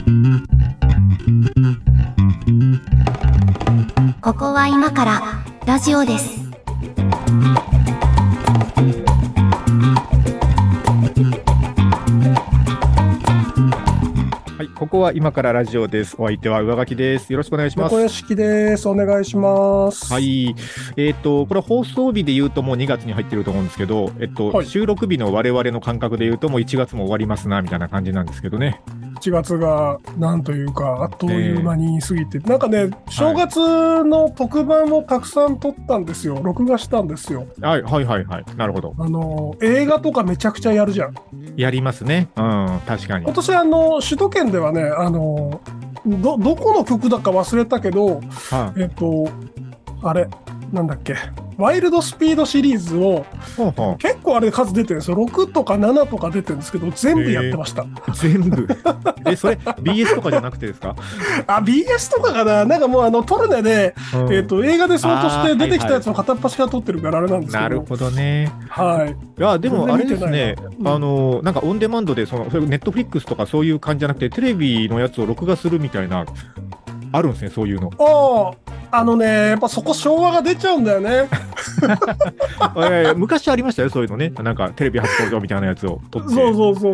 ここは今からラジオです。 はい、ここは今からラジオです。お相手は上垣です。よろしくお願いします。 猫屋敷です。お願いします。 はい。これは放送日で言うともう2月に入ってると思うんですけど、 はい、 収録日の我々の感覚で言うともう1月も終わりますな、みたいな感じなんですけどね。 1月がなんというか、あっという間に過ぎて、なんかね、正月の特番をたくさん撮ったんですよ。録画したんですよ。 はい、はい、はい、はい。なるほど。 映画とかめちゃくちゃやるじゃん。 やりますね。うん、確かに。 今年首都圏ではね、どこの曲だか忘れたけど、 はあれ、なんだっけ、ワイルドスピードシリーズを、結構あれ数出てるんですよ。6とか7とか出てるんですけど、全部やってました。 全部それ BS とかじゃなくてですか？ BS とかかな。なんかもうトルネで、映画でそうとして出てきたやつを片っ端から撮ってるからあれなんですけど。 なるほどね。 はい。 いや、でもあれですね、なんかオンデマンドでそれネットフリックスとかそういう感じじゃなくて、テレビのやつを録画するみたいな、あるんですね、そういうの。 やっぱそこ昭和が出ちゃうんだよね。 昔ありましたよ、そういうのね。なんかテレビ初登場みたいなやつを撮って。 そう。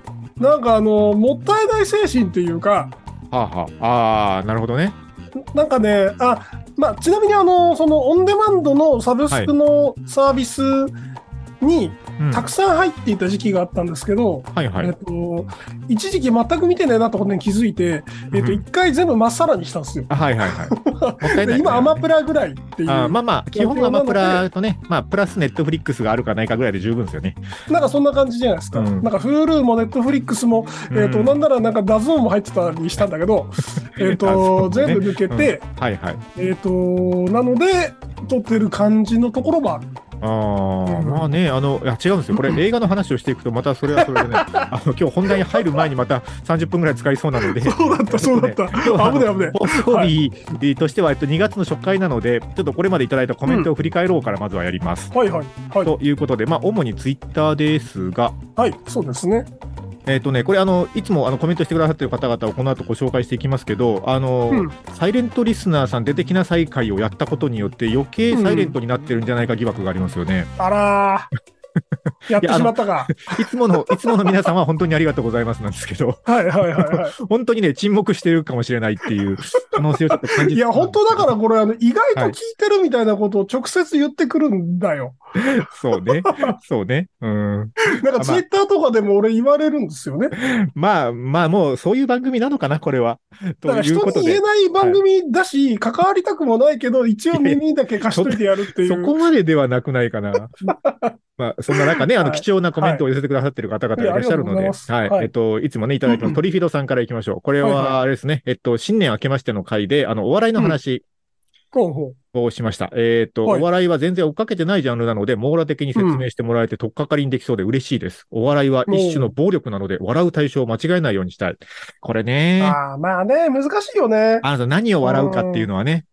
なんかもったいない精神っていうか。 なるほどね。 なんかね、ちなみにそのオンデマンドのサブスクのサービスにたくさん入っていた時期があったんですけど、一時期全く見てねえなってことに気づいて、一回全部まっさらにしたんですよ。 もったいないね。 今アマプラぐらいっていう。 基本アマプラとね、プラスネットフリックスがあるかないかぐらいで十分ですよね。 なんかそんな感じじゃないですか。なんか Hulu もネットフリックスも、なんならなんかダゾーンも入ってたりしたんだけど、全部抜けて、なので撮ってる感じのところもある。 まあね、違うんですよ。これ映画の話をしていくと、またそれはそれでね、今日本題に入る前にまた30分ぐらい使いそうなので。 そうだった。今日は危ない。 放送日としては、2月の初回なので、ちょっとこれまでいただいたコメントを振り返ろうから、まずはやります。ということで、主にツイッターですが。 はい、そうですね。 これいつもコメントしてくださっている方々をこの後ご紹介していきますけど、サイレントリスナーさん出てきなさい会をやったことによって余計サイレントになってるんじゃないか疑惑がありますよね。 あらー。やってしまったか。 いつもの皆さんは本当にありがとうございますなんですけど、本当にね、沈黙してるかもしれないっていう可能性をちょっと感じて。 いや、本当だからこれ意外と聞いてるみたいなことを直接言ってくるんだよ。 そうね。 なんかツイッターとかでも俺言われるんですよね。 もうそういう番組なのかな、これは。 だから人に言えない番組だし、関わりたくもないけど、一応耳だけ貸しといてやるっていう。 そこまでではなくないかな。そんな中ね、貴重なコメントを寄せてくださっている方々いらっしゃるので、いつもね、いただいてます。トリフィドさんからいきましょう。これは、あれですね、新年明けましての回で、お笑いの話をしました。お笑いは全然追っかけてないジャンルなので、網羅的に説明してもらえて、取っかかりにできそうで嬉しいです。お笑いは一種の暴力なので、笑う対象を間違えないようにしたい。これね。 まあね、難しいよね。 何を笑うかっていうのはね。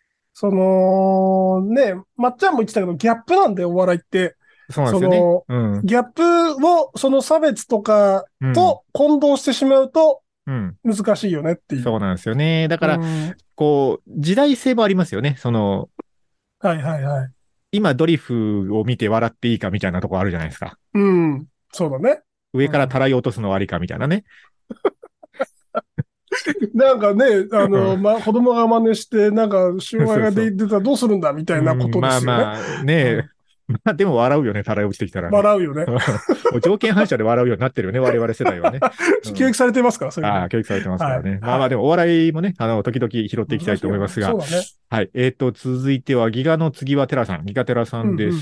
まっちゃんも言ってたけど、ギャップなんで、お笑いって。 そうなんですよね。 ギャップを、その差別とかと混同してしまうと、難しいよねっていう。 そうなんですよね。だから、時代性もありますよね。今、ドリフを見て笑っていいかみたいなとこあるじゃないですか。 そうだね。 上からたらい落とすのはありかみたいなね。 なんかね、子供が真似して、なんか、シューマイが出たらどうするんだみたいなことですよね。 でも笑うよね、たらい落ちてきたら、ね。 笑うよね。 条件反射で笑うようになってるよね、我々世代はね。 教育されてますから、それ。 教育されてますからね。でもお笑いもね、時々拾っていきたいと思いますが。 そうだね。 はい。続いては、ギガの次はテラさん。ギガテラさんです。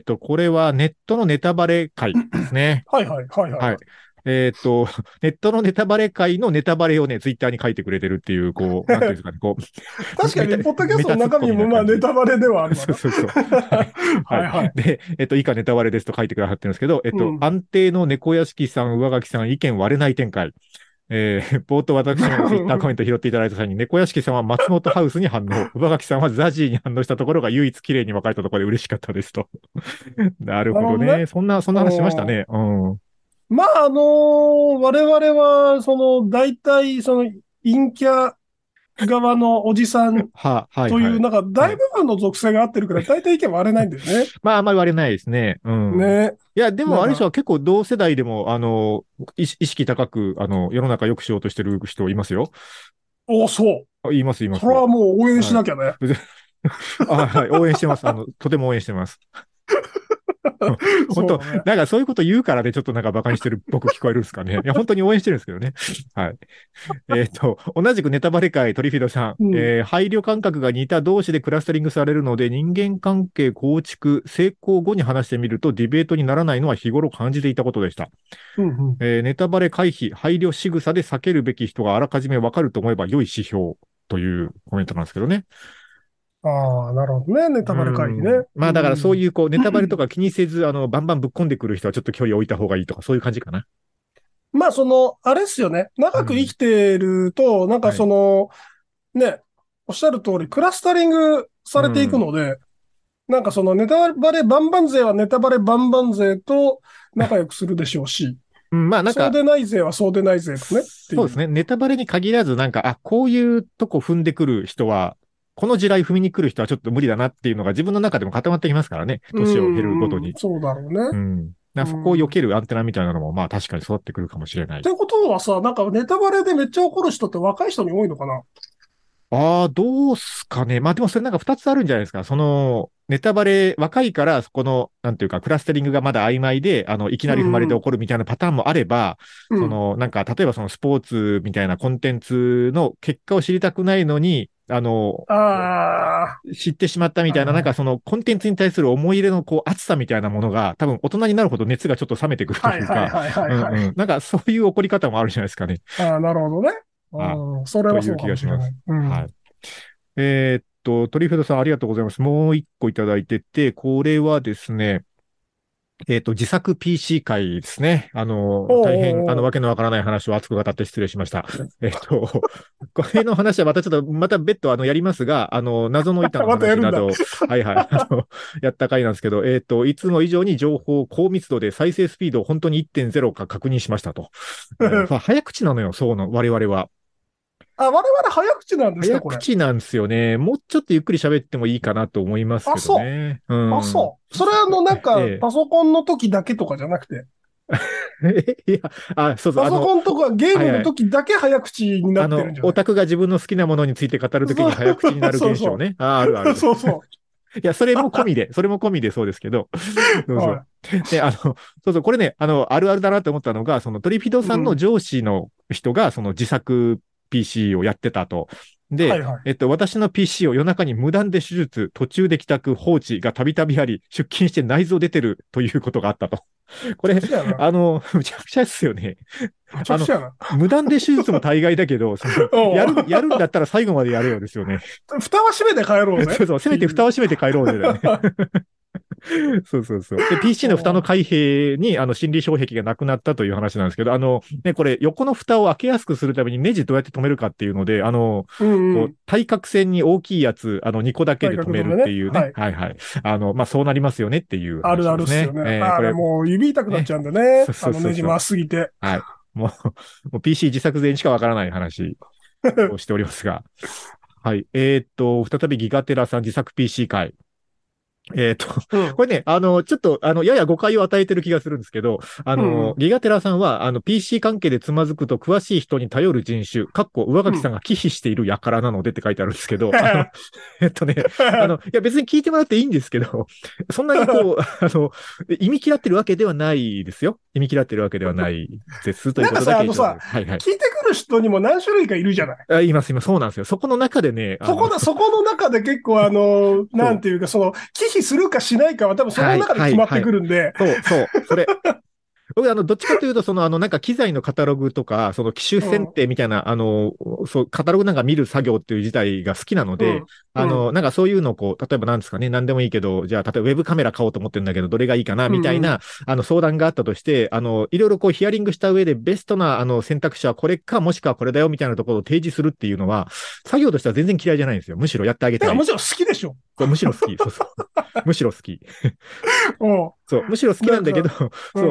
これはネットのネタバレ会ですね。 はい。 ネットのネタバレ会のネタバレをね、ツイッターに書いてくれてるっていう、なんていうんですかね、 確かに、ポッドキャストの中身もネタバレではある。 そう。で、以下ネタバレですと書いてくださってるんですけど、安定の猫屋敷さん、上垣さん、意見割れない展開。冒頭私のツイッターコメント拾っていただいた際に、猫屋敷さんは松本ハウスに反応、上垣さんはザジーに反応したところが唯一綺麗に分かれたところで嬉しかったですと。なるほどね。そんな話しましたね。 まあ、我々は、大体、陰キャ側のおじさんという、なんか、大部分の属性が合ってるから、大体意見割れないんだよね。 まあ、あんまり割れないですね。うん。 ね。 いや、でも、あれでしょ、結構同世代でも、意識高く、世の中良くしようとしてる人いますよ。 お、そう。 言います、言います。 それはもう応援しなきゃね。 はい、応援してます。とても応援してます。本当、なんかそういうこと言うからね、ちょっとなんか馬鹿にしてる僕聞こえるんですかね。いや、本当に応援してるんですけどね。はい。同じくネタバレ会トリフィドさん、配慮感覚が似た同士でクラスタリングされるので、人間関係構築、成功後に話してみるとディベートにならないのは日頃感じていたことでした。ネタバレ回避、配慮仕草で避けるべき人があらかじめわかると思えば良い指標というコメントなんですけどね。 ああ、なるほどね。ネタバレ回避ね。 まあだからそういうネタバレとか気にせず、バンバンぶっ込んでくる人はちょっと距離を置いた方がいいとか、そういう感じかな。 まああれっすよね。長く生きてると、なんかね、おっしゃる通り、クラスタリングされていくので、なんかネタバレバンバン勢はネタバレバンバン勢と仲良くするでしょうし、まあなんか、そうでない勢はそうでない勢とね。 そうですね。ネタバレに限らず、なんか、こういうとこ踏んでくる人は、この地雷踏みに来る人はちょっと無理だなっていうのが自分の中でも固まってきますからね。年を経るごとに。 そうだろうね。 うん。そこを避けるアンテナみたいなのも、まあ確かに育ってくるかもしれない。 ってことはさ、なんかネタバレでめっちゃ怒る人って若い人に多いのかな？ どうすかね。まあでもそれなんか二つあるんじゃないですか。ネタバレ、若いから、なんていうか、クラスタリングがまだ曖昧で、いきなり踏まれて怒るみたいなパターンもあれば、なんか、例えばそのスポーツみたいなコンテンツの結果を知りたくないのに、知ってしまったみたいな、なんかそのコンテンツに対する思い入れの熱さみたいなものが、多分大人になるほど熱がちょっと冷めてくるというか、なんかそういう怒り方もあるじゃないですかね。 なるほどね。それはそうかもしれない。 はい。トリフェドさんありがとうございます。もう一個いただいてて、これはですね、自作 PC 会ですね。大変、わけのわからない話を熱く語って失礼しました。これの話はまたちょっと、また別途やりますが、謎の板の話など、はいはい、やった回なんですけど、いつも以上に情報高密度で再生スピードを本当に 1.0 か確認しましたと。早口なのよ、我々は。 我々早口なんですか？ 早口なんですよね。もうちょっとゆっくり喋ってもいいかなと思いますけどね。 そう。それはなんか、パソコンの時だけとかじゃなくて。 いや、そうそう。 パソコンとかゲームの時だけ早口になってるんじゃない？ オタクが自分の好きなものについて語るときに早口になる現象ね。あるある。 そうそう。 いや、それも込みでそうですけど。そうそう。で、そうそう、これね、あるあるだなと思ったのが、トリフィドさんの上司の人が、自作PC をやってたと。で、私の PC を夜中に無断で手術、途中で帰宅、放置がたびたびあり、出勤して内臓出てるということがあったと。これ、むちゃくちゃですよね。無断で手術も大概だけど、やるんだったら最後までやるようですよね。 蓋は閉めて帰ろうね。 そう、せめて蓋は閉めて帰ろうねだよね。そうそうそう。で、PC の蓋の開閉に、心理障壁がなくなったという話なんですけど、これ、横の蓋を開けやすくするためにネジどうやって止めるかっていうので、こう対角線に大きいやつ、2個だけで止めるっていうね。はいはい。まあ、そうなりますよねっていう話ですね。 あるあるっすよね。これもう指痛くなっちゃうんでね。ネジ回しすぎて。 はい。もう PC 自作勢にしかわからない話をしておりますが。はい。再びギガテラさん自作 PC 会。これね、ちょっと、やや誤解を与えてる気がするんですけど、ギガテラさんは、PC 関係でつまずくと詳しい人に頼る人種、上垣さんが忌避している輩なのでって書いてあるんですけど、いや別に聞いてもらっていいんですけど、そんなに意味嫌ってるわけではないですよ。意味嫌ってるわけではないです。ということだけ。 聞いてくる人にも何種類かいるじゃない。 います、そうなんですよ。そこの中でね。 そこの中で結構なんていうか、忌避するかしないかは多分その中で決まってくるんで。 そう、それ。僕、どっちかというと、なんか機材のカタログとか、機種選定みたいな、カタログなんか見る作業っていう自体が好きなので、なんかそういうのを例えばなんですかね、何でもいいけど、じゃあ、例えばウェブカメラ買おうと思ってるんだけど、どれがいいかな、みたいな、相談があったとして、いろいろヒアリングした上で、ベストな、選択肢はこれか、もしくはこれだよ、みたいなところを提示するっていうのは、作業としては全然嫌いじゃないんですよ。むしろやってあげたい。 むしろ好きでしょ。 むしろ好き。そうそう。むしろ好き。そう、むしろ好きなんだけど、そう。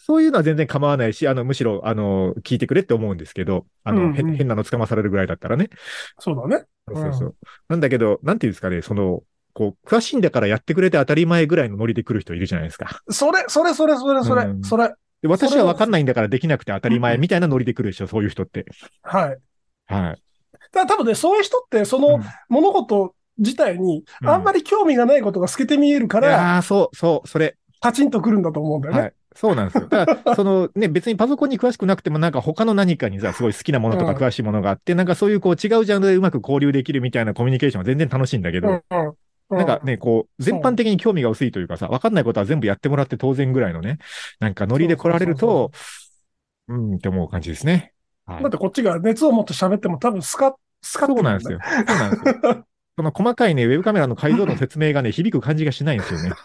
そういうのは全然構わないし、むしろ、聞いてくれって思うんですけど、変なのつかまされるぐらいだったらね。 そうだね。 そうそう。なんだけど、なんていうんですかね、詳しいんだからやってくれて当たり前ぐらいのノリで来る人いるじゃないですか。 それ。 で私は分かんないんだからできなくて当たり前みたいなノリで来るでしょ、そういう人って。 はい。 はい。 だ多分ね、そういう人って、物事自体に、あんまり興味がないことが透けて見えるから、 それ。 カチンとくるんだと思うんだよね。 はい。そうなんですよ。だから、別にパソコンに詳しくなくても、なんか他の何かにさ、すごい好きなものとか詳しいものがあって、なんかそういう違うジャンルでうまく交流できるみたいなコミュニケーションは全然楽しいんだけど、なんかね、全般的に興味が薄いというかさ、わかんないことは全部やってもらって当然ぐらいのね、なんかノリで来られると、って思う感じですね。 だってこっちが熱を持って喋っても多分スカッそうなんですよ。そうなんですよ。その細かいね、ウェブカメラの解像度の説明がね、響く感じがしないんですよね。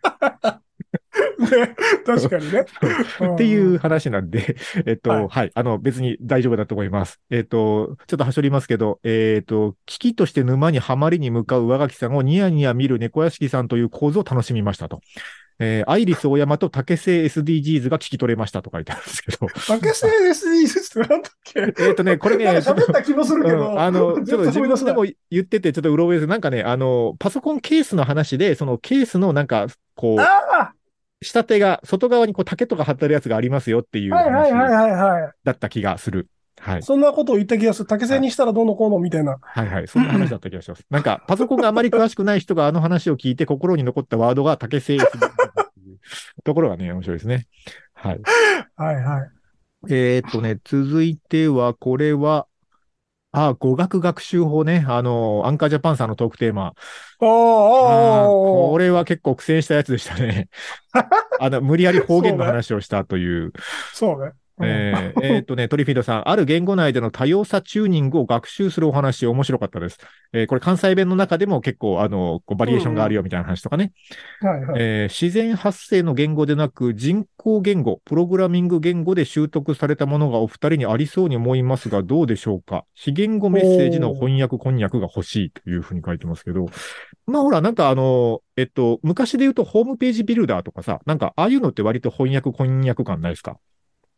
ね、確かにね。 っていう話なんで、はい、別に大丈夫だと思います。ちょっとはしょりますけど、危機として沼にはまりに向かう上垣さんをニヤニヤ見る猫屋敷さんという構図を楽しみましたと。アイリスオーヤマと竹製 SDGs が聞き取れましたと書いてあるんですけど。 竹製 SDGs ってなんだっけこれね、 喋った気もするけど、 ちょっと自分でも言ってて、ちょっとうろ覚えです。なんかね、パソコンケースの話で、そのケースのなんか、下手が、外側に竹とか貼ってあるやつがありますよっていう話だった気がする。はい。 そんなことを言った気がする。竹製にしたらどうのこうのみたいな。 はいはい。そんな話だった気がします。なんか、パソコンがあまり詳しくない人があの話を聞いて心に残ったワードが竹製っていうところがね、面白いですね。はい。 はいはい。 続いては、これは、語学学習法ね。アンカージャパンさんのトークテーマ。これは結構苦戦したやつでしたね。無理やり方言の話をしたという。 そうね。 トリフィードさん、ある言語内での多様さチューニングを学習するお話、面白かったです。これ関西弁の中でも結構、バリエーションがあるよみたいな話とかね。自然発生の言語でなく、人工言語、プログラミング言語で習得されたものがお二人にありそうに思いますが、どうでしょうか。非言語メッセージの翻訳、こんにゃくが欲しいというふうに書いてますけど、まあほら、なんか昔で言うとホームページビルダーとかさ、なんかああいうのって割と翻訳、こんにゃく感ないですか？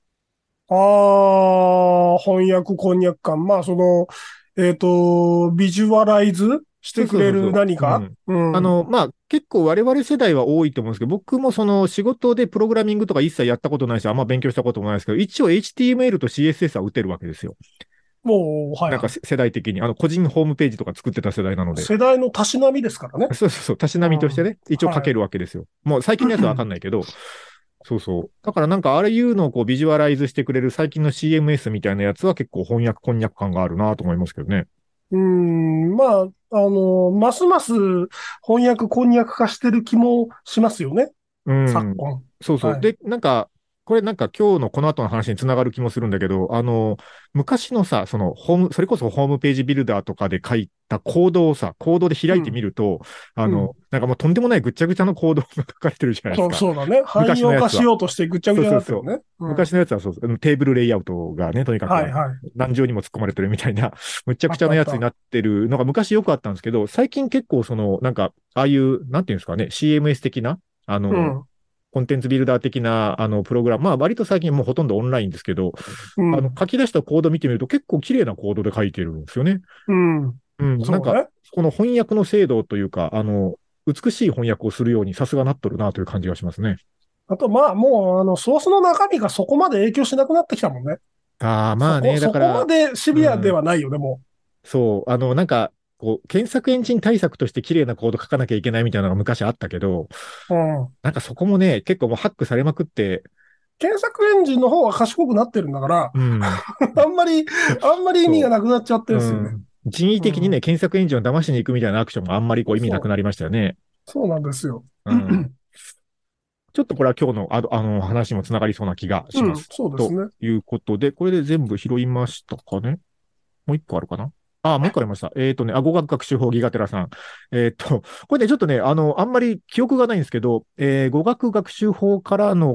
翻訳、こんにゃく感。まあ、ビジュアライズしてくれる何か。 まあ、結構我々世代は多いと思うんですけど、僕も仕事でプログラミングとか一切やったことないし、あんま勉強したこともないですけど、一応 HTML と CSS は打てるわけですよ。 もう、はい。 なんか世代的に、個人ホームページとか作ってた世代なので。 世代のたしなみですからね。 そう、たしなみとしてね、一応書けるわけですよ。もう最近のやつはわかんないけど、そうそう。だからなんかあれいうのをビジュアライズしてくれる最近の CMS みたいなやつは結構翻訳こんにゃく感があるなと思いますけどね。 まあ、ますます翻訳こんにゃく化してる気もしますよね。昨今。 そうそう。で、なんか、これなんか今日のこの後の話につながる気もするんだけど、昔のさ、それこそホームページビルダーとかで書いたコードをさ、コードで開いてみると、なんかもうとんでもないぐっちゃぐちゃのコードが書かれてるじゃないですか。 そうだね。汎用化しようとしてぐっちゃぐちゃになってるね。 昔のやつはそう、テーブルレイアウトがね、とにかく何重にも突っ込まれてるみたいな、むっちゃくちゃなやつになってるのが昔よくあったんですけど、最近結構なんか、ああいう、なんていうんですかね、CMS 的な、コンテンツビルダー的な、プログラム、まあ割と最近もうほとんどオンラインですけど、書き出したコード見てみると結構綺麗なコードで書いてるんですよね。なんか、この翻訳の精度というか、美しい翻訳をするようにさすがなっとるなという感じがしますね。 あと、まあもう、ソースの中身がそこまで影響しなくなってきたもんね。 まあね、だから。 そこまでシビアではないよね、もう。そう、なんか、検索エンジン対策として綺麗なコード書かなきゃいけないみたいなのが昔あったけど、なんかそこもね、結構もうハックされまくって、 検索エンジンの方は賢くなってるんだから、あんまり意味がなくなっちゃってるんですよね。 人為的にね、検索エンジンを騙しに行くみたいなアクションもあんまり意味なくなりましたよね。 そうなんですよ。 ちょっとこれは今日の話もつながりそうな気がします。 そうですね。 ということで、これで全部拾いましたかね。もう一個あるかな。もう一個ありました。語学学習法ギガテラさん。これね、ちょっとね、あんまり記憶がないんですけど、語学学習法からの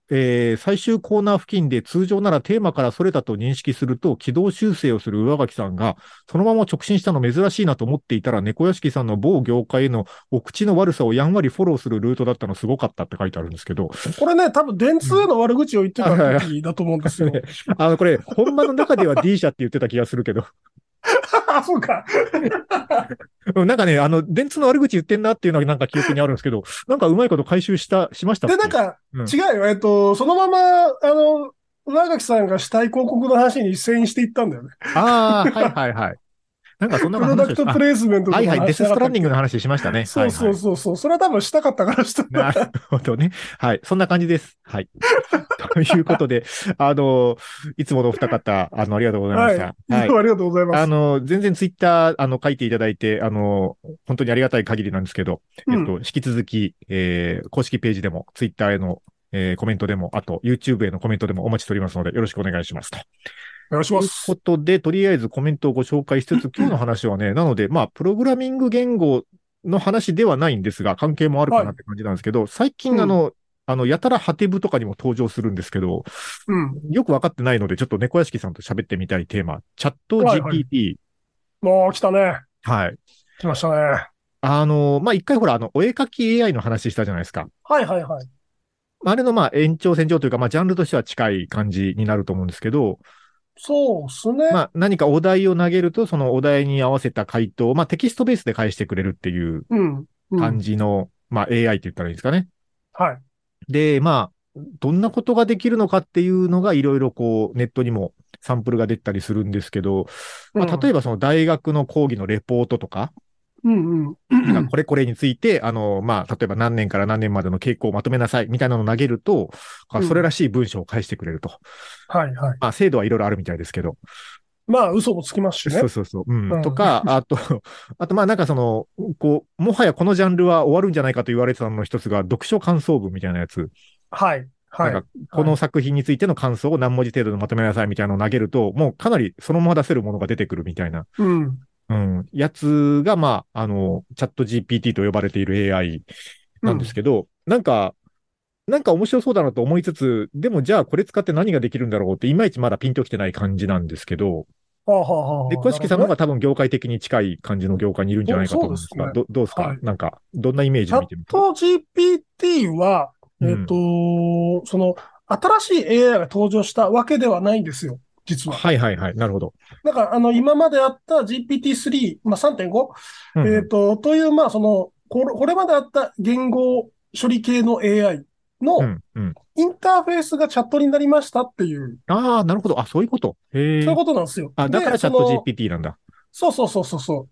最終コーナー付近で通常ならテーマからそれたと認識すると軌道修正をする上垣さんがそのまま直進したの珍しいなと思っていたら猫屋敷さんの某業界へのお口の悪さをやんわりフォローするルートだったのすごかったって書いてあるんですけど。 これね、多分電通への悪口を言ってた時だと思うんですよ。 これ、本間の中では D 社って言ってた気がするけど。 あ、そうか。 なんかね、電通の悪口言ってんなっていうのはなんか記憶にあるんですけど、なんかうまいこと回収しましたっで、 け。 なんか、違うよ。そのまま、上垣さんがしたい広告の話に遷移していったんだよね。 ああ、はいはいはい。なんかそんな話プロダクトプレイスメントとかはいはい、デスストランディングの話しましたね。 そうそうそうそう。それは多分したかったからしたんだ。 なるほどね。はい。そんな感じです。はい。ということで、いつものお二方、ありがとうございました。 はい。ありがとうございます。 全然ツイッター、書いていただいて、本当にありがたい限りなんですけど、引き続き、公式ページでも、ツイッターへの、コメントでも、あと、YouTube へのコメントでもお待ちしておりますので、よろしくお願いしますと。 お願いします。 ということで、とりあえずコメントをご紹介しつつ、今日の話はね、なので、まあ、プログラミング言語の話ではないんですが、関係もあるかなって感じなんですけど、最近やたらハテブとかにも登場するんですけど、よくわかってないので、ちょっと猫屋敷さんと喋ってみたいテーマ、チャット GPT。 もう来たね。 はい。 来ましたね。 まあ、一回ほら、お絵描き AI の話したじゃないですか。 はいはいはい。 あれのまあ延長線上というか、まあ、ジャンルとしては近い感じになると思うんですけど、 そうっすね。 まあ、何かお題を投げると、そのお題に合わせた回答を、まあ、テキストベースで返してくれるっていう感じの、まあ、AI って言ったらいいですかね。 はい。 で、まあ、どんなことができるのかっていうのが、いろいろこう、ネットにもサンプルが出たりするんですけど、まあ、例えばその大学の講義のレポートとか、なんかこれこれについて、まあ、例えば何年から何年までの傾向をまとめなさいみたいなのを投げると、それらしい文章を返してくれると。 はいはい。 まあ、精度はいろいろあるみたいですけど。 まあ、嘘もつきますしね。 そうそうそう。とか、あと、まあ、なんかこう、もはやこのジャンルは終わるんじゃないかと言われてたのの一つが、読書感想文みたいなやつ。 はい。はい。 なんか、この作品についての感想を何文字程度でまとめなさいみたいなのを投げると、もうかなりそのまま出せるものが出てくるみたいな。やつが、まあ、チャット GPT と呼ばれている AI なんですけど、なんか面白そうだなと思いつつ、でもじゃあこれ使って何ができるんだろうって、いまいちまだピンときてない感じなんですけど、で、小敷さんの方が多分業界的に近い感じの業界にいるんじゃないかと思うんですが、どうですか、なんか、どんなイメージで見てみますか？ チャット GPT は、その、新しい AI が登場したわけではないんですよ。実は。 はいはいはい。なるほど。 だから、今まであった GPT-3、まあ、3.5、という、まあ、これまであった言語処理系の AI のインターフェースがチャットになりましたっていう。 ああ、なるほど。あ、そういうこと。 そういうことなんですよ。 だからチャット GPT なんだ。 そう。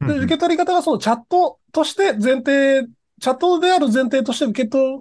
で、受け取り方がそのチャットとしてチャットである前提として受け取って、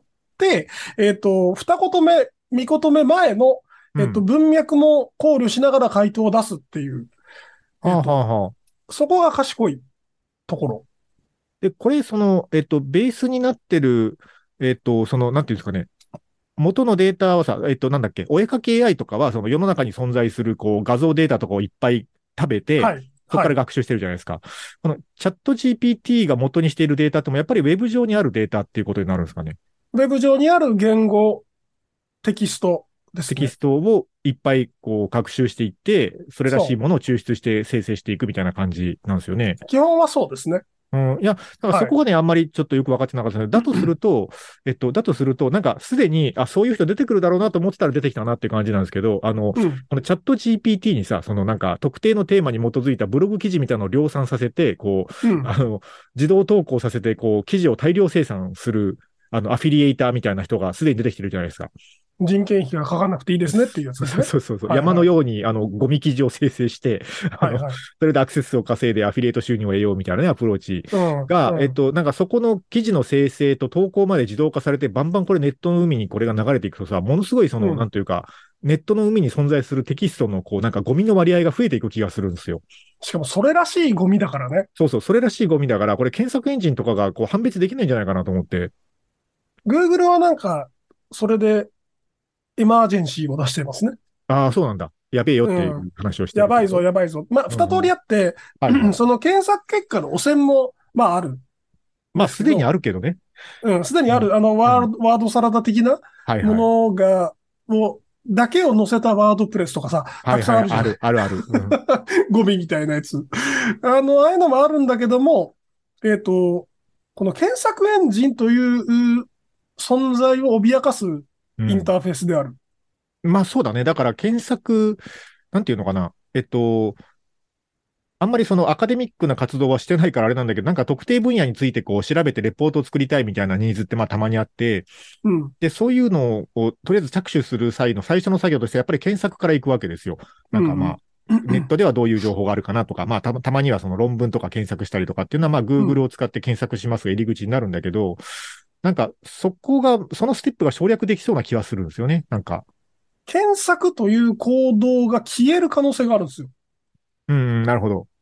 二言目、三言目前の、文脈も考慮しながら回答を出すっていう。そこが賢いところ。 で、これ、ベースになってる、なんていうんですかね。元のデータはさ、なんだっけ、お絵描き AI とかは、その世の中に存在する、こう、画像データとかをいっぱい食べて、そこから学習してるじゃないですか。このチャット GPT が元にしているデータっても、やっぱりウェブ上にあるデータっていうことになるんですかね。 ウェブ上にある言語、テキストですね。 テキストをいっぱい、こう、学習していって、それらしいものを抽出して生成していくみたいな感じなんですよね。 基本はそうですね。 いや、だからそこがね、あんまりちょっとよく分かってなかったので、だとすると、なんかすでに、そういう人出てくるだろうなと思ってたら出てきたなっていう感じなんですけど、このチャット GPT にさ、なんか特定のテーマに基づいたブログ記事みたいなのを量産させて、こう、自動投稿させて、こう、記事を大量生産する、アフィリエイターみたいな人がすでに出てきてるじゃないですか。 人件費がかかなくていいですねっていうやつですね。 そう。山のように、ゴミ記事を生成して、それでアクセス数を稼いでアフィリエイト収入を得ようみたいなね、アプローチが、なんかそこの記事の生成と投稿まで自動化されて、バンバンこれネットの海にこれが流れていくとさ、ものすごいなんというか、ネットの海に存在するテキストの、こう、なんかゴミの割合が増えていく気がするんですよ。 しかもそれらしいゴミだからね。 そう、それらしいゴミだから、これ検索エンジンとかがこう判別できないんじゃないかなと思って。 Google はなんか、それで、エマージェンシーを出してますね。 ああ、そうなんだ。やべえよっていう話をしてる、 やばいぞ。まあ、二通りあって、その検索結果の汚染も、まあ、ある。 まあ、すでにあるけどね。 すでにある、ワードサラダ的なものがだけを載せたワードプレスとかさ、たくさんあるじゃん。 ある。 ゴミみたいなやつ。ああいうのもあるんだけども、この検索エンジンという存在を脅かすインターフェースである。 まあそうだね。だから検索、なんていうのかな。あんまりそのアカデミックな活動はしてないからあれなんだけど、なんか特定分野についてこう調べてレポートを作りたいみたいなニーズってまあたまにあって、で、そういうのをとりあえず着手する際の最初の作業としてやっぱり検索から行くわけですよ。なんかまあ、ネットではどういう情報があるかなとか、まあたまにはその論文とか検索したりとかっていうのはまあ Google を使って検索しますが入り口になるんだけど、なんかそのステップが省略できそうな気はするんですよね。なんか。 検索という行動が消える可能性があるんですよ。 なるほど。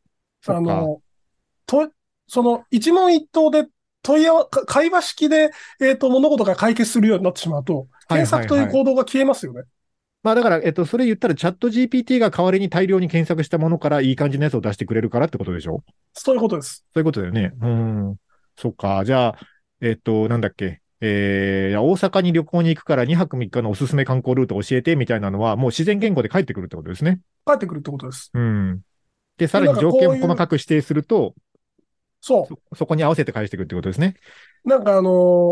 その一問一答で会話式で、物事が解決するようになってしまうと、検索という行動が消えますよね。 まあだから、それ言ったらチャット GPT が代わりに大量に検索したものからいい感じのやつを出してくれるからってことでしょ？ そういうことです。 そういうことだよね。そっか。じゃあ、なんだっけ。大阪に旅行に行くから2泊3日のおすすめ観光ルート教えてみたいなのは、もう自然言語で返ってくるってことですね。 返ってくるってことです。 で、さらに条件を細かく指定すると、そこに合わせて返してくるってことですね。 なんか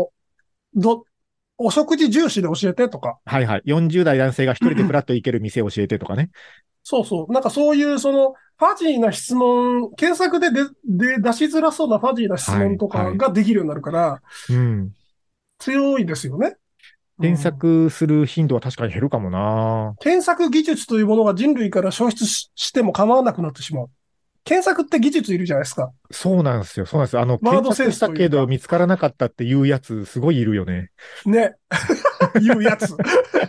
お食事重視で教えてとか。 はいはい。40代男性が一人でフラッと行ける店を教えてとかね。 そうそう。なんかそういうファジーな質問、検索で出しづらそうなファジーな質問とかができるようになるから、強いですよね。 検索する頻度は確かに減るかもな。 検索技術というものが人類から消失しても構わなくなってしまう。検索って技術いるじゃないですか。 そうなんですよ。検索したけど見つからなかったっていうやつ、すごいいるよね。 ね。いうやつ。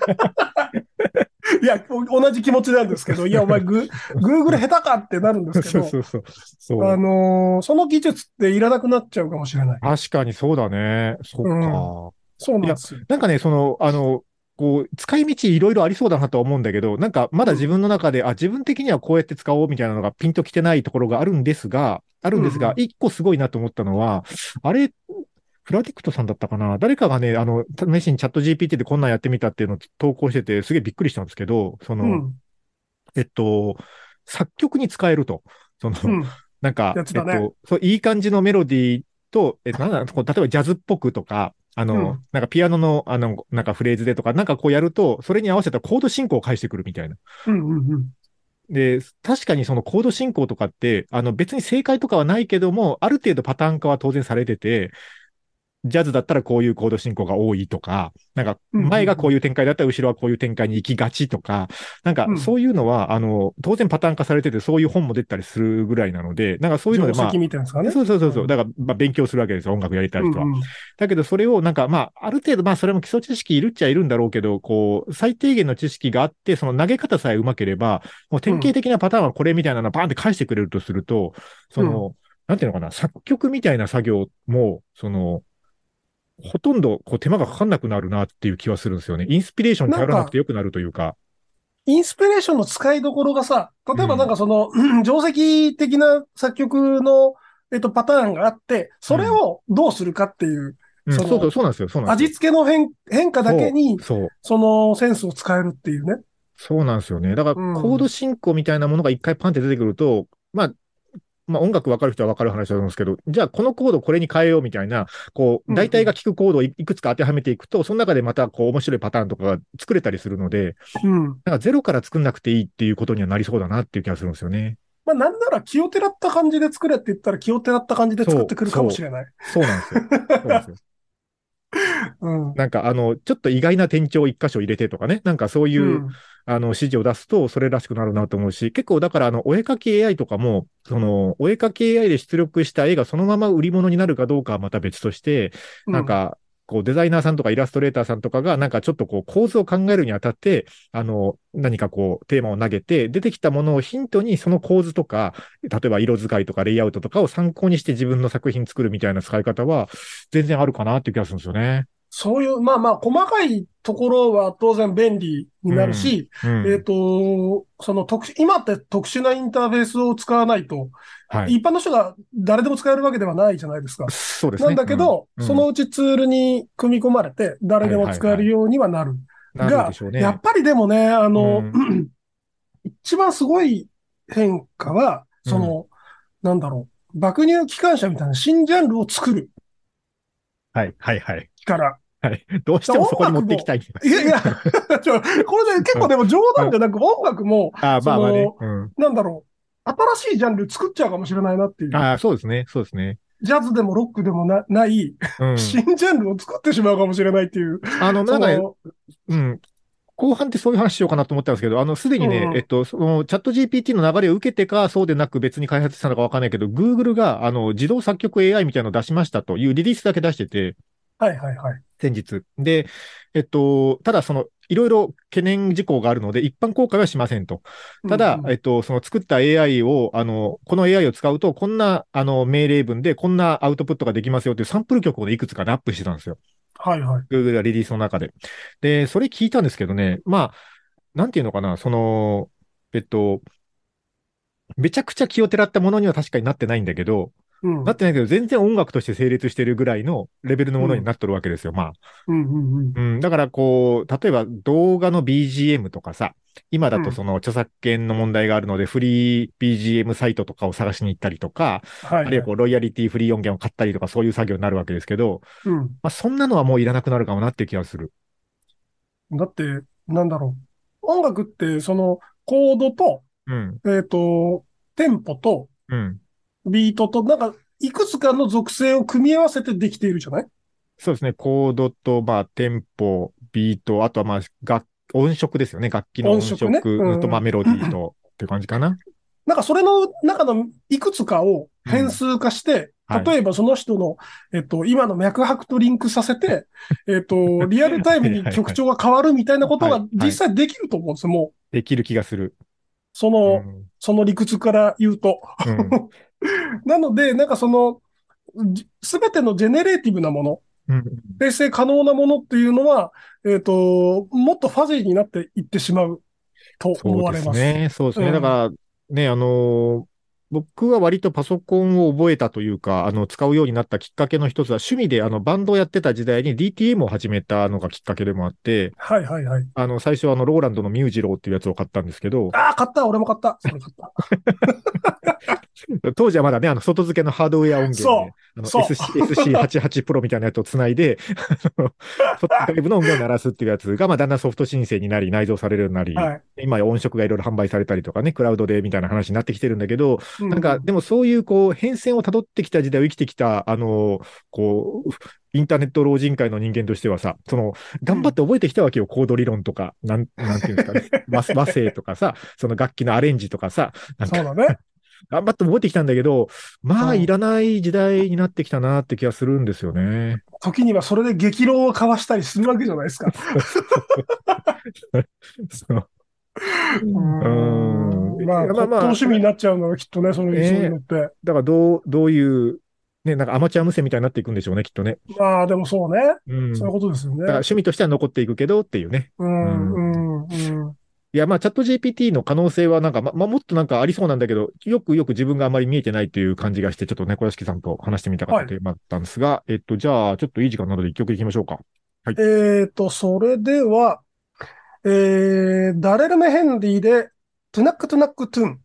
いや、同じ気持ちなんですけど、いや、お前Google 下手かってなるんですけど、その技術っていらなくなっちゃうかもしれない。 確かにそうだね。そっか。 そうなんですよ。 なんかね、使い道いろいろありそうだなと思うんだけど、なんかまだ自分の中で、自分的にはこうやって使おうみたいなのがピンときてないところがあるんですが、一個すごいなと思ったのは、あれ、フラディクトさんだったかな、誰かがね、試しにチャット GPT でこんなんやってみたっていうのを投稿してて、すげえびっくりしたんですけど、作曲に使えると。なんか、いい感じのメロディーと、例えばジャズっぽくとか、なんかピアノの、なんかフレーズでとか、なんかこうやると、それに合わせたコード進行を返してくるみたいな。で、確かにそのコード進行とかって、別に正解とかはないけども、ある程度パターン化は当然されてて、ジャズだったらこういうコード進行が多いとか、なんか前がこういう展開だったら後ろはこういう展開に行きがちとか、なんかそういうのは、当然パターン化されててそういう本も出たりするぐらいなので、なんかそういうのでそう。だから、勉強するわけですよ、音楽やりたい人は。だけどそれをなんかある程度それも基礎知識いるっちゃいるんだろうけど、こう、最低限の知識があって、その投げ方さえ上手ければ、もう典型的なパターンはこれみたいなのをバーンって返してくれるとすると、なんていうのかな、作曲みたいな作業も、ほとんどこう手間がかかんなくなるなっていう気はするんですよね。インスピレーションに頼らなくてよくなるというか。 インスピレーションの使いどころがさ、例えばなんか定石的な作曲の、パターンがあって、それをどうするかっていう、 そうなんですよ。 味付けの変化だけに、そのセンスを使えるっていうね。 そうなんですよね。だから、コード進行みたいなものが一回パンって出てくると、音楽わかる人はわかる話だと思うんですけど、じゃあこのコードこれに変えようみたいな、こう、大体が効くコードをいくつか当てはめていくと、その中でまたこう面白いパターンとかが作れたりするので、なんかゼロから作んなくていいっていうことにはなりそうだなっていう気がするんですよね。 なんなら気をてらった感じで作れって言ったら気をてらった感じで作ってくるかもしれない。 そうなんですよ。そうなんですよ。なんかちょっと意外な転調を一箇所入れてとかね、なんかそういう、指示を出すとそれらしくなるなと思うし、結構だからお絵描き AI とかも、お絵描き AI で出力した絵がそのまま売り物になるかどうかはまた別として、なんか、こうデザイナーさんとかイラストレーターさんとかがなんかちょっとこう構図を考えるにあたって、何かこうテーマを投げて、出てきたものをヒントにその構図とか、例えば色使いとかレイアウトとかを参考にして自分の作品作るみたいな使い方は全然あるかなっていう気がするんですよね。 そういう、細かいところは当然便利になるし、今って特殊なインターフェースを使わないと、一般の人が誰でも使えるわけではないじゃないですか。 そうですね。 なんだけど、そのうちツールに組み込まれて、誰でも使えるようにはなる。 なるでしょうね。 やっぱりでもね、一番すごい変化は、なんだろう、爆乳機関車みたいな新ジャンルを作る。 はい、はい、はい。 力。 はい。どうしてもそこに持っていきたい。 いやいや、これで結構でも冗談じゃなく音楽も、 まあね。 なんだろう、新しいジャンル作っちゃうかもしれないなっていう。 そうですね、そうですね。 ジャズでもロックでもない、新ジャンルを作ってしまうかもしれないっていう。 なんかね、後半ってそういう話しようかなと思ったんですけど、すでにね、そのチャット GPT の流れを受けてか、そうでなく別に開発したのかわかんないけど、Google が、自動作曲 AI みたいなのを出しましたというリリースだけ出してて、 はいはいはい。 先日。で、ただいろいろ懸念事項があるので、一般公開はしませんと。ただ、その作った AI を、この AI を使うと、こんな、命令文で、こんなアウトプットができますよっていうサンプル曲をいくつかでアップしてたんですよ。 はいはい。 Google がリリースの中で。で、それ聞いたんですけどね、まあ、なんていうのかな、めちゃくちゃ気をてらったものには確かになってないんだけど、なってないけど、全然音楽として成立してるぐらいのレベルのものになっとるわけですよ、まあ。だから例えば動画の BGM とかさ、今だとその著作権の問題があるので、フリー BGM サイトとかを探しに行ったりとか、あるいはロイヤリティフリー音源を買ったりとか、そういう作業になるわけですけど、まあ、そんなのはもういらなくなるかもなっていう気がする。 だって、なんだろう。音楽って、コードと、テンポと、ビートと、なんか、いくつかの属性を組み合わせてできているじゃない？ そうですね。コードと、まあ、テンポ、ビート、あとはまあ、音色ですよね。楽器の音色と、まあ、メロディーと、って感じかな。 なんかそれの中のいくつかを変数化して、例えばその人の、今の脈拍とリンクさせて、リアルタイムに曲調が変わるみたいなことが実際できると思うんですよ、もう。できる気がする。 その理屈から言うと。なので、なんかすべてのジェネレーティブなもの、生成可能なものっていうのは、もっとファジーになっていってしまうと思われます。 そうですね。だから、ね、僕は割とパソコンを覚えたというか、使うようになったきっかけの一つは、趣味でバンドをやってた時代に DTM を始めたのがきっかけでもあって、 はいはいはい。 最初はローランドのミュージローっていうやつを買ったんですけど。 買った俺も買った。それ買った。 当時はまだね、外付けのハードウェア音源で、SC88 プロみたいなやつをつないで、外部の音源を鳴らすっていうやつが、まあ、だんだんソフト申請になり、内蔵されるようになり、今や音色がいろいろ販売されたりとかね、クラウドでみたいな話になってきてるんだけど、なんか、でもそういう変遷を辿ってきた時代を生きてきた、インターネット老人会の人間としてはさ、頑張って覚えてきたわけよ、コード理論とか、なんていうんですかね、和声とかさ、その楽器のアレンジとかさ、 そうだね。 頑張って覚えてきたんだけど、まあ、いらない時代になってきたなって気がするんですよね。 時にはそれで激論を交わしたりするわけじゃないですか。まあ、骨董趣味になっちゃうのはきっとね、そういうのって。 だからどういう、ね、なんかアマチュア無線みたいになっていくんでしょうね、きっとね。 まあ、でもそうね。そういうことですよね。だから趣味としては残っていくけどっていうね。いや、まあ、チャット GPT の可能性はなんか、もっとなんかありそうなんだけど、よく自分があまり見えてないという感じがして、ちょっとね、小屋敷さんと話してみたかったテーマだったんですが、じゃあ、ちょっといい時間なので一曲いきましょうか。 はい。それでは、ダレル・メヘンディで、トゥナックトゥナックトゥン。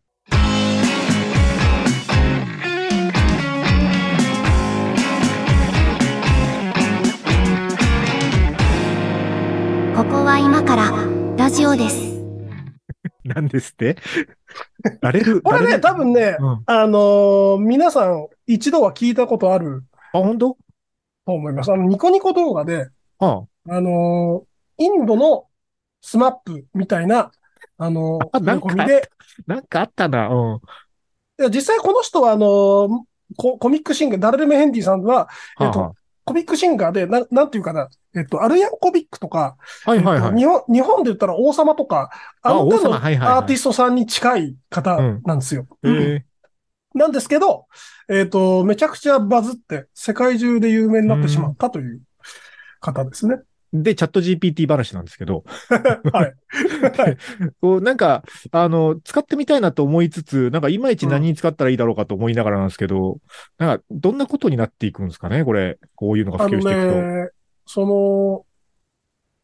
ここは今からラジオです。 なんですってこれね、多分ね、皆さん一度は聞いたことある。 本当？ と思います。ニコニコ動画で、インドのスマップみたいな、 なんかで。なんかあったな。 いや、実際この人は、コミックシンガー、ダルル・メヘンディさんは、コミックシンガーで、なんていうかな、アルヤンコビックとか、日本で言ったら王様とか、手のアーティストさんに近い方なんですよ。なんですけど、めちゃくちゃバズって、世界中で有名になってしまったという方ですね。 で、チャット GPT 話なんですけど。 はい。 なんか、使ってみたいなと思いつつ、なんかいまいち何に使ったらいいだろうかと思いながらなんですけど、なんか、どんなことになっていくんですかね、これ。こういうのが普及していくと。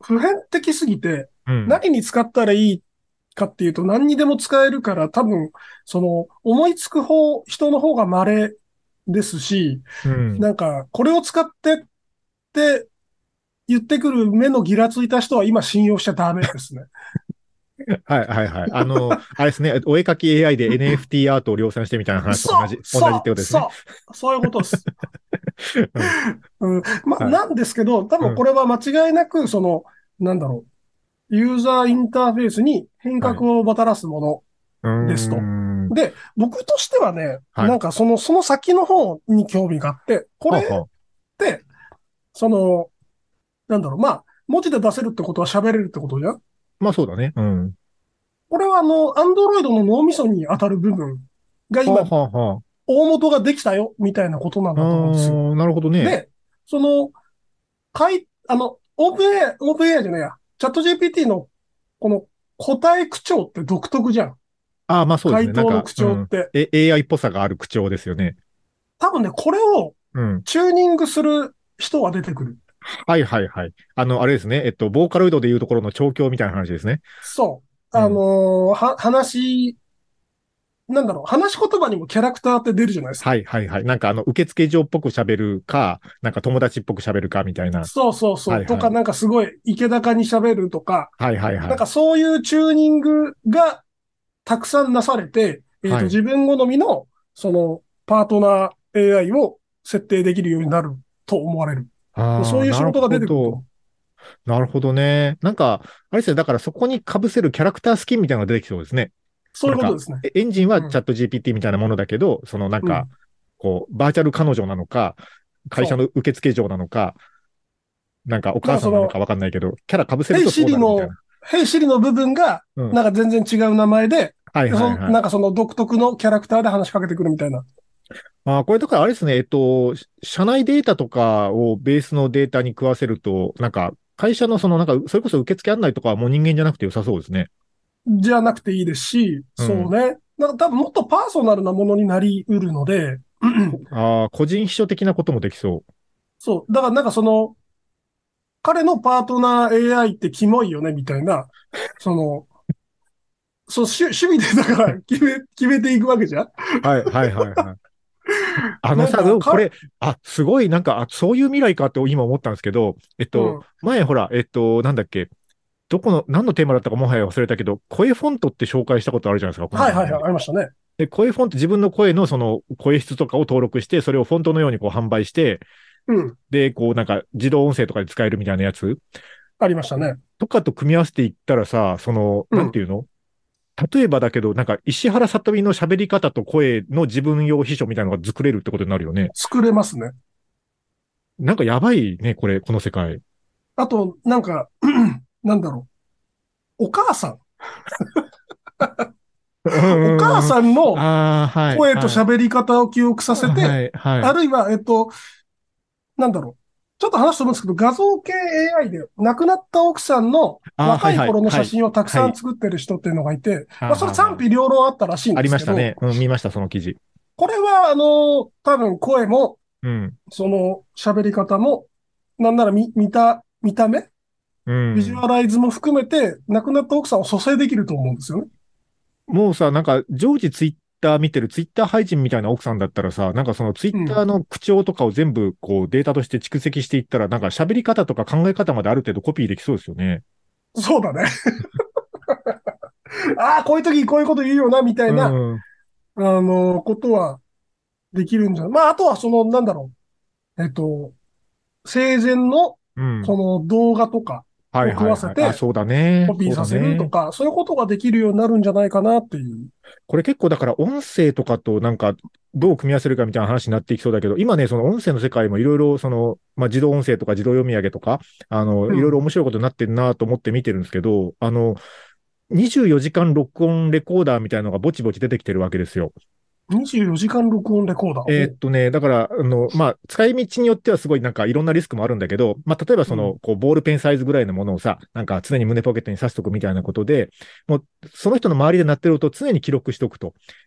普遍的すぎて、 うん。 何に使ったらいいかっていうと何にでも使えるから多分、思いつく人の方が稀ですし、 うん。 なんか、これを使ってって言ってくる目のギラついた人は今信用しちゃダメですね。 はいはいはい。あれですね、お絵描き AI で NFT アートを量産してみたいな話とそう、 同じってそう、 ことですね。 そういうことです。 うん。 うん、まあ、 はい。 なんですけど、多うん。 分これは間違いなく、なんだろユーザーインターフェースに変はい。う革をもたらすものーですと。 ん。 で、僕としてはね、 はい。 なんかその先の方に興味があって、これっはあはあ。 て、その、まあ、文字で出せるってことは喋れるってことじゃん。 まあそうだね。うん。 これはアンドロイドの脳みそに当たる部分が今、 はあはあは大元ができたよ、みたいなことなんあ。あだと思うんですよ。 ー、なるほどね。 で、その、かい、あの、オープン AI じゃないや、チャット GPT のこの答え口調って独特じゃん。 ああ、まあそうですね。なんか、 回答の口うん。 調って。 AI っぽさがある口調ですよね。 多分ね、これをうん。 チューニングする人が出てくる。 はいはいはい。あれですね。ボーカロイドでいうところの調教みたいな話ですね。 そう。 うん。 話し言葉にもキャラクターって出るじゃないですか。 はいはいはい。なんか受付嬢っぽく喋るか、なんか友達っぽく喋るかみたいな。 そうそうそう。とか、 はいはい。 なんかすごい、池高に喋るとか、 はいはいはい。 なんかそういうチューニングがたくさんなされて、 はい。 自分好みの、パートナー AI を設定できるようになると思われる。 ああ、 そういうなる仕事が出ほど。 てくると思う。 なるほどね。なんか、あれですね。だからそこに被せるキャラクタースキンみたいなのが出てきそうですね。 そうなんか、 いうことですね。 エンジンはうん。 チャット GPT みたいなものだけど、そのなんか、 うん。 こう、バーチャル彼女なのか、会社その受付嬢なのか、なんかおう。なん母さんなのかわかんないけど、キャラ被せるヘイとそうシリの、 なるみたいな。 ヘイシリの部分が、 うん。 なんか全然違う名前で、 はいはいはい。 なんかその独特のキャラクターで話しかけてくるみたいな。 これだからあれですね、社内データとかをベースのデータに食わせると、なんか、会社のそのなんか、それこそ受付案内とかはもう人間じゃなくて良さそうですね。 じゃなくていいですし、 うん。 そうね。なんか多分もっとパーソナルなものになり得るので、 個人秘書的なこともできそそう。だからなんか彼のパートナー AI ってキモいよね、みたいな、その、趣味でだから決めていくわけじゃん。 う。はいはいはいはい。 なんでか、 もこれ、すごい、なんか、そういう未来かって今思ったんですけど、 うん。 前ほら、なんだっけ、何のテーマだったかもはや忘れたけど、声フォントって紹介したことあるじゃないですか、この番組で。 はいはいはい、ありましたね。 で、声フォント、自分の声のその声質とかを登録して、それをフォントのようにこう販売して、 うん。 で、こうなんか自動音声とかで使えるみたいなやつありましたね。 とかと組み合わせていったらさ、 うん。 なんていうの例えばだけど、なんか石原さとみの喋り方と声の自分用秘書みたいなのが作れるってことになるよね。 作れますね。 なんかやばいね、この世界。 あと、なんか、なんだろお母さん。 うお母ーん。 さんのはい、 声とはい。 喋り方を記憶させて、 はい、はい。 あるいは、なんだろう。ちょっと話してるんですけど、画像系 AI で亡くなった奥さんのはい、はい、 若い頃のはい。 写真をたくさんはい。 作ってる人っていうのがいて、まあ、それ賛は否両論あったらしいんありですけど、 ましたね。うん、見ました、その記事。 これは、多分声も、 うん、 喋り方も、なんなら見た目うビジュん。 アライズも含めて、亡くなった奥さんを蘇生できると思うんですよね。 もうさ、なんか、常時ツイッター見てるツイッター配信みたいな奥さんだったらさ、なんかそのツイッうん。 ターの口調とかを全部こうデータとして蓄積していったら、なんか喋り方とか考え方まである程度コピーできそうですよね。 そうだね。ああ、こういう時こういうこと言うよな、みたういな、 ん、 ことはできるんじゃない。まあ、あとはなんだろう。生前の、 うん。 動画とかはを食いはいはい。 わせて、 そうだね。そうコピーさせるとだね。 か、そういうことができるようになるんじゃないかなっていう。 これ結構だから音声とかとなんかどう組み合わせるかみたいな話になっていきそうだけど、今ね、その音声の世界もいろいろまあ、自動音声とか自動読み上げとか、いろいろうん。 面白いことになってるなと思って見てるんですけど、24時間録音レコーダーみたいなのがぼちぼち出てきてるわけですよ。 24時間録音レコーダーを。 だから、まあ、使い道によってはすごいなんかいろんなリスクもあるんだけど、まあ、例えばうん。 こう、ボールペンサイズぐらいのものをさ、なんか常に胸ポケットに挿しとくみたいなことで、もう、その人の周りで鳴ってる音を常に記録しておくと。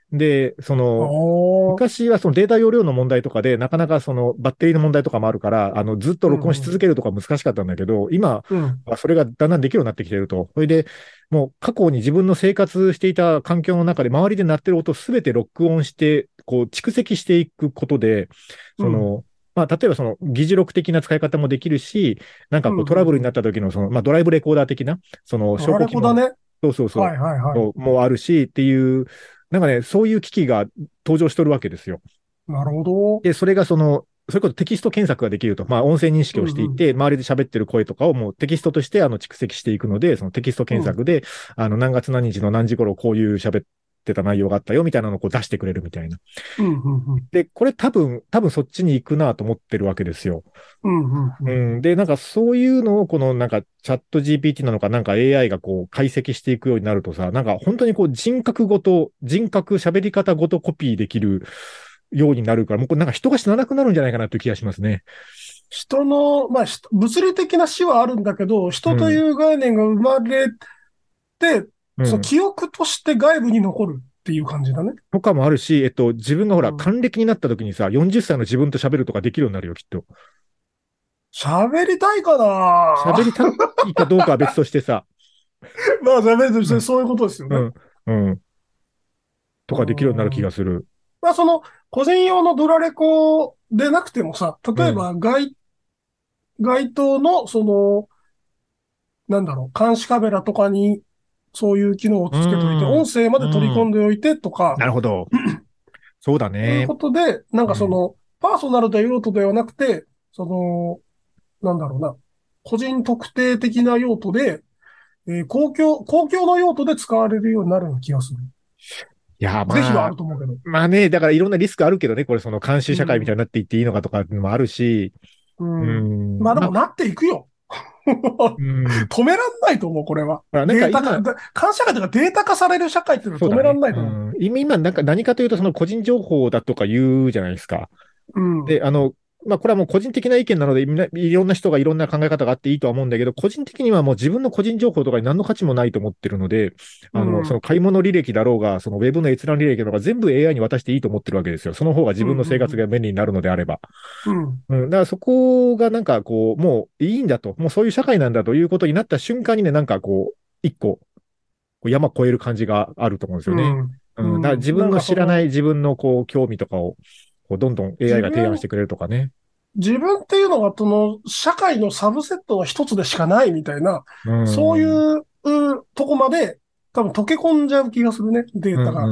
で、昔はそのデータ容量の問題とかで、なかなかそのバッテリーの問題とかもあるから、ずっと録音し続けるとか難しかったんだけど、今はそれがだんだんできるようになってきてると。それで、もう過去に自分の生活していた環境の中で周りで鳴ってる音すべて録音して、こう蓄積していくことで、まあ、例えばその議事録的な使い方もできるし、なんかこうトラブルになった時のまあドライブレコーダー的な、証拠機能。 ね。 そうそうそう。 はいはいはい。 もあるしっていう、なんかね、そういう機器が登場してるわけですよ。 なるほど。 で、それがそれこそテキスト検索ができると。まあ、音声認識をしていて、周りで喋ってる声とかをもうテキストとして蓄積していくので、そのテキスト検索で、何月何日の何時頃こういう喋ってた内容があったよみたいなのをこう出してくれるみたいな。で、これ多分そっちに行くなと思ってるわけですよ。で、なんかそういうのをこのなんかチャット GPT なのかなんか AI がこう解析していくようになるとさ、なんか本当にこう人格喋り方ごとコピーできるようになるから、もうこれなんか人が死ななくなるんじゃないかなという気がしますね。 人の、まあ、物理的な死はあるんだけど、人という概念が生まれて、その記憶として外部に残るっていう感じだね。 とかもあるし、自分がほら、還暦になった時にさ、40歳の自分と喋るとかできるようになるよ、きっと。 喋りたいかな喋りたいかどうかは別としてさ。 まあ、喋るとしてそういうことですよね。 とかできるようになる気がする。 まあ、個人用のドラレコでなくてもさ、例えば街頭の、なんだろう、監視カメラとかにそういう機能をつけといて、音声まで取り込んでおいてとか。 なるほど。そうだね。 ということで、なんかパーソナルという用途ではなくて、なんだろうな、個人特定的な用途で、公共の用途で使われるようになるような気がする。 いや、まあ。 ぜひはあると思うけど。 まあね、だからいろんなリスクあるけどね、これ監視社会みたいになっていっていいのかとかっていうのもあるし。 まあでもなっていくよ。止めらんないと思う、これは。監視社会とかデータ化される社会っていうのは止めらんないと思う。 今なんか何かというと個人情報だとか言うじゃないですか。で、まあ、これはもう個人的な意見なので、いろんな人がいろんな考え方があっていいとは思うんだけど、個人的にはもう自分の個人情報とかに何の価値もないと思ってるので、買い物履歴だろうが、ウェブの閲覧履歴だろうが、全部 AI に渡していいと思ってるわけですよ。その方が自分の生活が便利になるのであれば。だからそこがなんかこう、もういいんだと、もうそういう社会なんだということになった瞬間にね、なんかこう、一個、山越える感じがあると思うんですよね。だから自分の知らない自分のこう、興味とかを、どんどん AI が提案してくれるとかね。 自分っていうのが、社会のサブセットの一つでしかないみたいな、そういうとこまで、多分溶け込んじゃう気がするね、データが。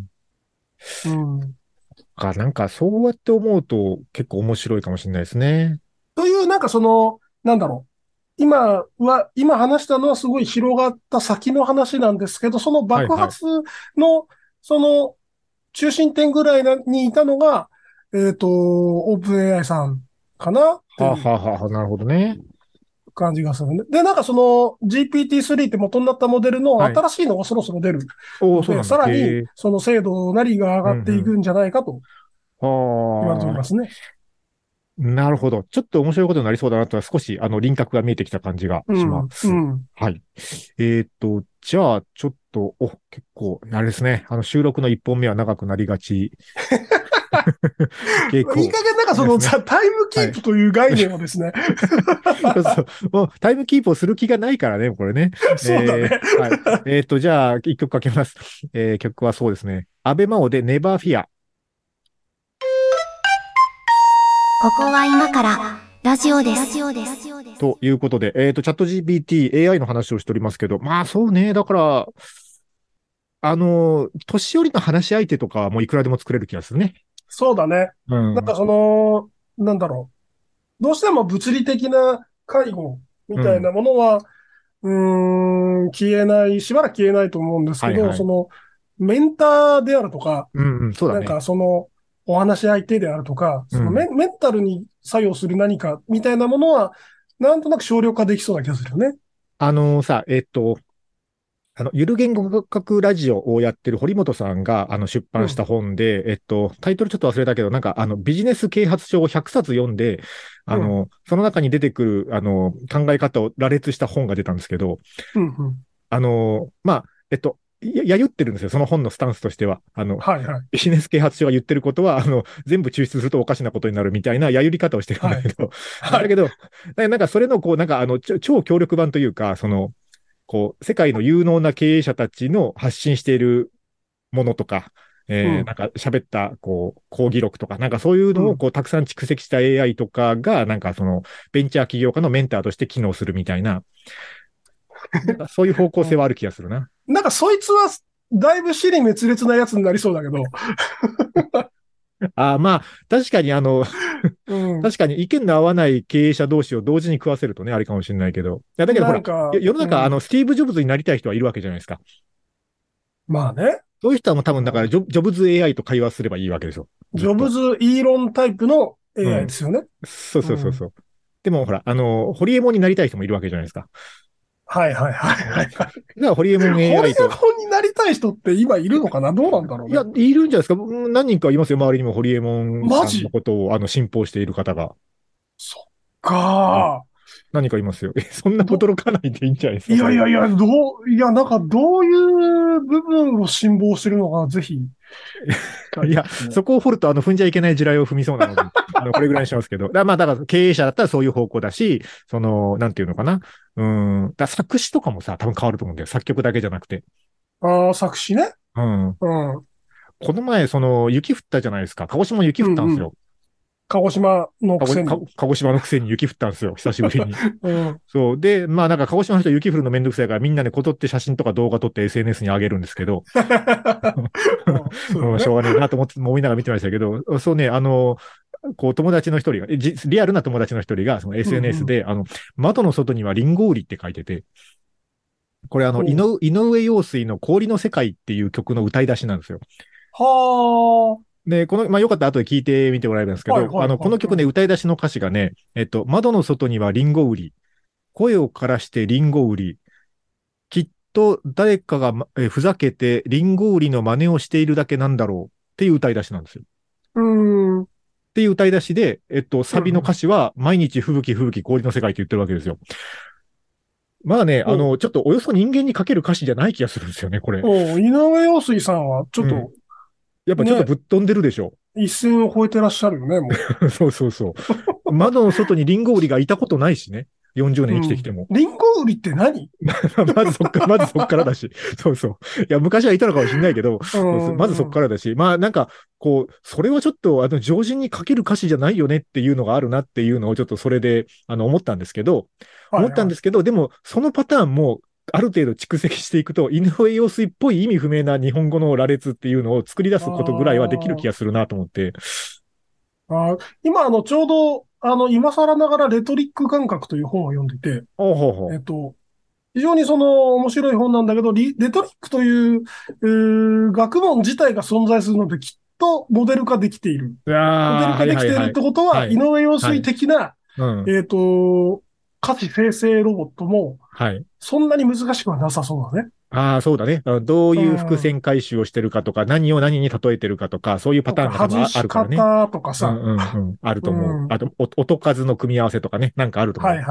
なんか、そうやって思うと結構面白いかもしれないですね。 という、なんかなんだろう。今話したのはすごい広がった先の話なんですけど、その爆発の、中心点ぐらいにいたのが、オープン AI さんかななるほどね。 感じがするね。で、なんかGPT-3 って元になったモデルの新しいのがそろそろ出る。で、さらにその精度なりが上がっていくんじゃないかと言われておりますね。 なるほど。ちょっと面白いことになりそうだなとは少し輪郭が見えてきた感じがします。はい。じゃあ、ちょっと、結構、あれですね。収録の1本目は長くなりがち。 いい加減なんかタイムキープという概念をですね。 もうタイムキープをする気がないからね、これね。 そうだね。 はい。じゃあ、1曲かけます。曲はそうですね。安倍真央でネバーフィア。 ここは今からラジオです。 ということで、チャット GPT、AI の話をしておりますけど、まあそうね、だから、年寄りの話し相手とかもいくらでも作れる気がするね。 そうだね。なんかなんだろう。どうしても物理的な介護みたいなものは、しばらく消えないと思うんですけど、メンターであるとか、 そうだね。 なんかお話し相手であるとか、メンタルに作用する何かみたいなものは、なんとなく少量化できそうな気がするよね。 ゆる言語学ラジオをやってる堀本さんが出版した本で、タイトルちょっと忘れたけど、なんかビジネス啓発書を100冊読んで、その中に出てくる考え方を羅列した本が出たんですけど、まあ、 やゆってるんですよ、その本のスタンスとしては。 はいはい。 ビジネス啓発書が言ってることは、全部抽出するとおかしなことになるみたいなやゆり方をしてるんだけど、 はい。 だけど、なんかそれの、こう、なんか超強力版というか、こう、世界の有能な経営者たちの発信しているものとか、なんか喋った、こう、講義録とか、なんかそういうのをこう、たくさん蓄積した AI とかが、なんかベンチャー企業家のメンターとして機能するみたいな、なんかそういう方向性はある気がするな。 なんかそいつは、だいぶ尻滅裂なやつになりそうだけど。 まあ、確かにうん、 確かに意見の合わない経営者同士を同時に食わせるとね、あれかもしれないけど。いや、だけどほら、世の中、スティーブ・ジョブズになりたい人はいるわけじゃないですか。 まあね。 そういう人はもう多分、だからジョブズ AI と会話すればいいわけですよ。 ジョブズ・イーロンタイプの AI ですよね。 そうそうそうそう。でもほら、ホリエモンになりたい人もいるわけじゃないですか。 はいはいはいはい。だからホリエモン AI と。 ホリエモンになりたい人って今いるのかな、どうなんだろうね。 いや、いるんじゃないですか。何人かいますよ、周りにもホリエモンさんのことを信奉している方が。 そっかー。 何かいますよ。そんな驚かないでいいんじゃないですか。 いや、なんかどういう部分を辛抱してるのか、ぜひ。 いや、そこを掘ると、踏んじゃいけない地雷を踏みそうなので、これぐらいにしますけど。だから経営者だったらそういう方向だし、なんていうのかな。作詞とかもさ、多分変わると思うんだよ。作曲だけじゃなくて。 作詞ね。 うん。この前、雪降ったじゃないですか。鹿児島雪降ったんですよ。 鹿児島のくせに。 鹿児島のくせに雪降ったんですよ。久しぶりに。そう。で、まあなんか鹿児島の人雪降るのめんどくさいからみんなでこぞって写真とか動画撮って SNS に上げるんですけど。しょうがないなと思いながら見てましたけど、そうね、こう友達の一人が、リアルな友達の一人が、SNS で、窓の外にはリンゴ売りって書いてて、これ井上陽水の氷の世界っていう曲の歌い出しなんですよ。 はあ。 で、まあ、よかったら後で聞いてみてもらえるんですけど、この曲ね、歌い出しの歌詞がね、窓の外にはリンゴ売り、声を枯らしてリンゴ売り、きっと誰かが、ふざけてリンゴ売りの真似をしているだけなんだろうっていう歌い出しなんですよ。っていう歌い出しで、サビの歌詞は、毎日吹雪吹雪氷の世界って言ってるわけですよ。まあね、ちょっとおよそ人間にかける歌詞じゃない気がするんですよね、これ。 井上陽水さんは、ちょっと、 やっぱちょっとぶっ飛んでるでしょ。 一線を越えてらっしゃるよね、もう。そうそうそう。窓の外にリンゴ売りがいたことないしね。40年生きてきても。 リンゴ売りって何まずそっからだし。そうそう。いや、昔はいたのかもしれないけど、まずそっからだし。まあなんか、こう、それはちょっと、常人にかける歌詞じゃないよねっていうのがあるなっていうのをちょっとそれで、思ったんですけど、でも、そのパターンも、ある程度蓄積していくと、井上陽水っぽい意味不明な日本語の羅列っていうのを作り出すことぐらいはできる気がするなと思って。 今、ちょうど、今更ながらレトリック感覚という本を読んでて、非常に面白い本なんだけど、レトリックという、学問自体が存在するので、きっとモデル化できている。モデル化できているってことは、井上陽水的な、歌詞生成ロボットも、そんなに難しくはなさそうだね。 そうだね。どういう伏線回収をしてるかとか、何を何に例えてるかとか、そういうパターンが多分あるからね。 外し方とかさ。 あると思う。あと、音数の組み合わせとかね、なんかあると思う。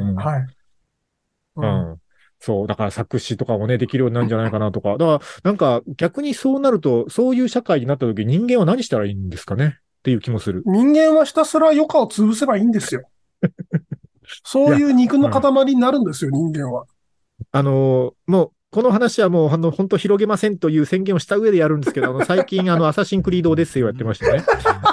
そう。だから作詞とかもね、できるようになるんじゃないかなとか。だから、なんか逆にそうなると、そういう社会になった時、人間は何したらいいんですかねっていう気もする。 人間はひたすら余暇を潰せばいいんですよ。そういう肉の塊になるんですよ、人間は。 もう、この話はもう、本当広げませんという宣言をした上でやるんですけど、最近、アサシンクリードオデッセイをやってましたね。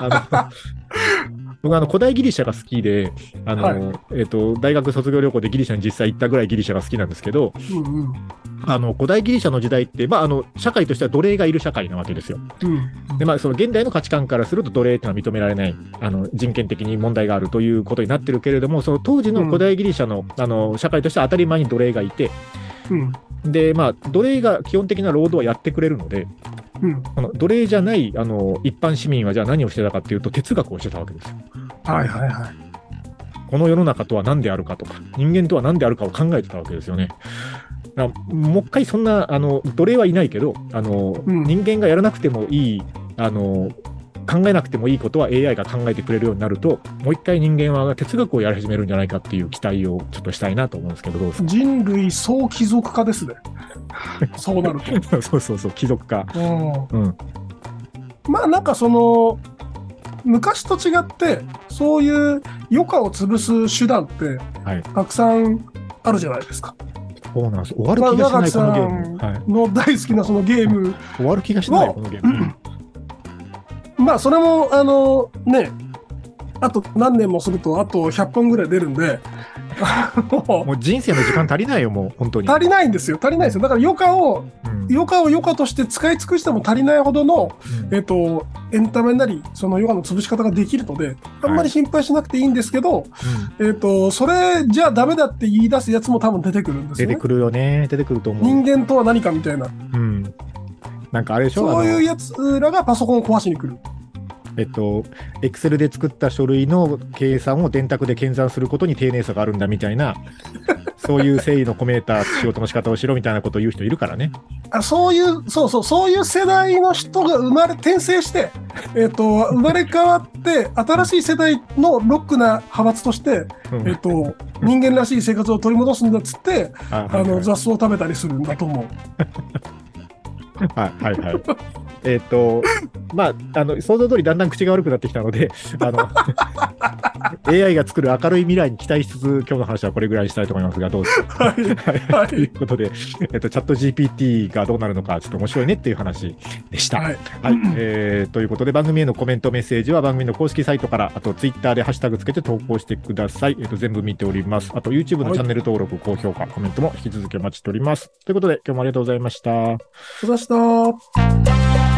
僕古代ギリシャが好きで、大学卒業旅行でギリシャに実際行ったぐらいギリシャが好きなんですけど、古代ギリシャの時代って、まあ、社会としては奴隷がいる社会なわけですよ。で、まあ、現代の価値観からすると奴隷っていうのは認められない、人権的に問題があるということになってるけれども、その当時の古代ギリシャの、社会としては当たり前に奴隷がいて、で、まあ、奴隷が基本的な労働はやってくれるので、奴隷じゃない一般市民はじゃあ何をしてたかっていうと哲学をしてたわけですよ。この世の中とは何であるかとか、人間とは何であるかを考えてたわけですよね。もう一回そんな奴隷はいないけど、人間がやらなくてもいい考考えなくてもいいことは AI が考えてくれるようになると、もう一回人間は哲学をやり始めるんじゃないかっていう期待をちょっとしたいなと思うんですけど、どうですか？ 人類総貴族化ですね。そうなると。 そう、貴族化。 まあなんか昔と違って、そういう余暇を潰す手段ってたくさんあるじゃないですか。 そうなんです。終わる気がしない、このゲーム。 の大好きなそのゲーム。 終わる気がしない、このゲーム。 まあそれもあと何年もするとあと100本ぐらい出るんでもう人生の時間足りないよ、もう本当に足りないんですよ。だから余暇を余暇として使い尽くしても足りないほどの、エンタメなりその余暇の潰し方ができるので、あんまり心配しなくていいんですけど、それじゃあダメだって言い出すやつも多分出てくるんですよね。 出てくるよね。出てくると思う。 人間とは何かみたいな。 なんかあれでしょ、 そういうやつらがパソコンを壊しに来る。 Excel で作った書類の計算を電卓で検算することに丁寧さがあるんだみたいな、そういう誠意の込めた仕事の仕方をしろみたいなことを言う人いるからね。 そういう世代の人が転生して、生まれ変わって、新しい世代のロックな派閥として、人間らしい生活を取り戻すんだっつって、雑草を食べたりするんだと思う。 まあ、想像通りだんだん口が悪くなってきたので、AI が作る明るい未来に期待しつつ、今日の話はこれぐらいにしたいと思いますが、どうですか？ということで、チャット GPT がどうなるのか、ちょっと面白いねっていう話でした。ということで、番組へのコメント、メッセージは番組の公式サイトから、あと Twitter でハッシュタグつけて投稿してください。全部見ております。あと YouTube のチャンネル登録、高評価、コメントも引き続きお待ちしております。ということで、今日もありがとうございました。 ありがとうございました。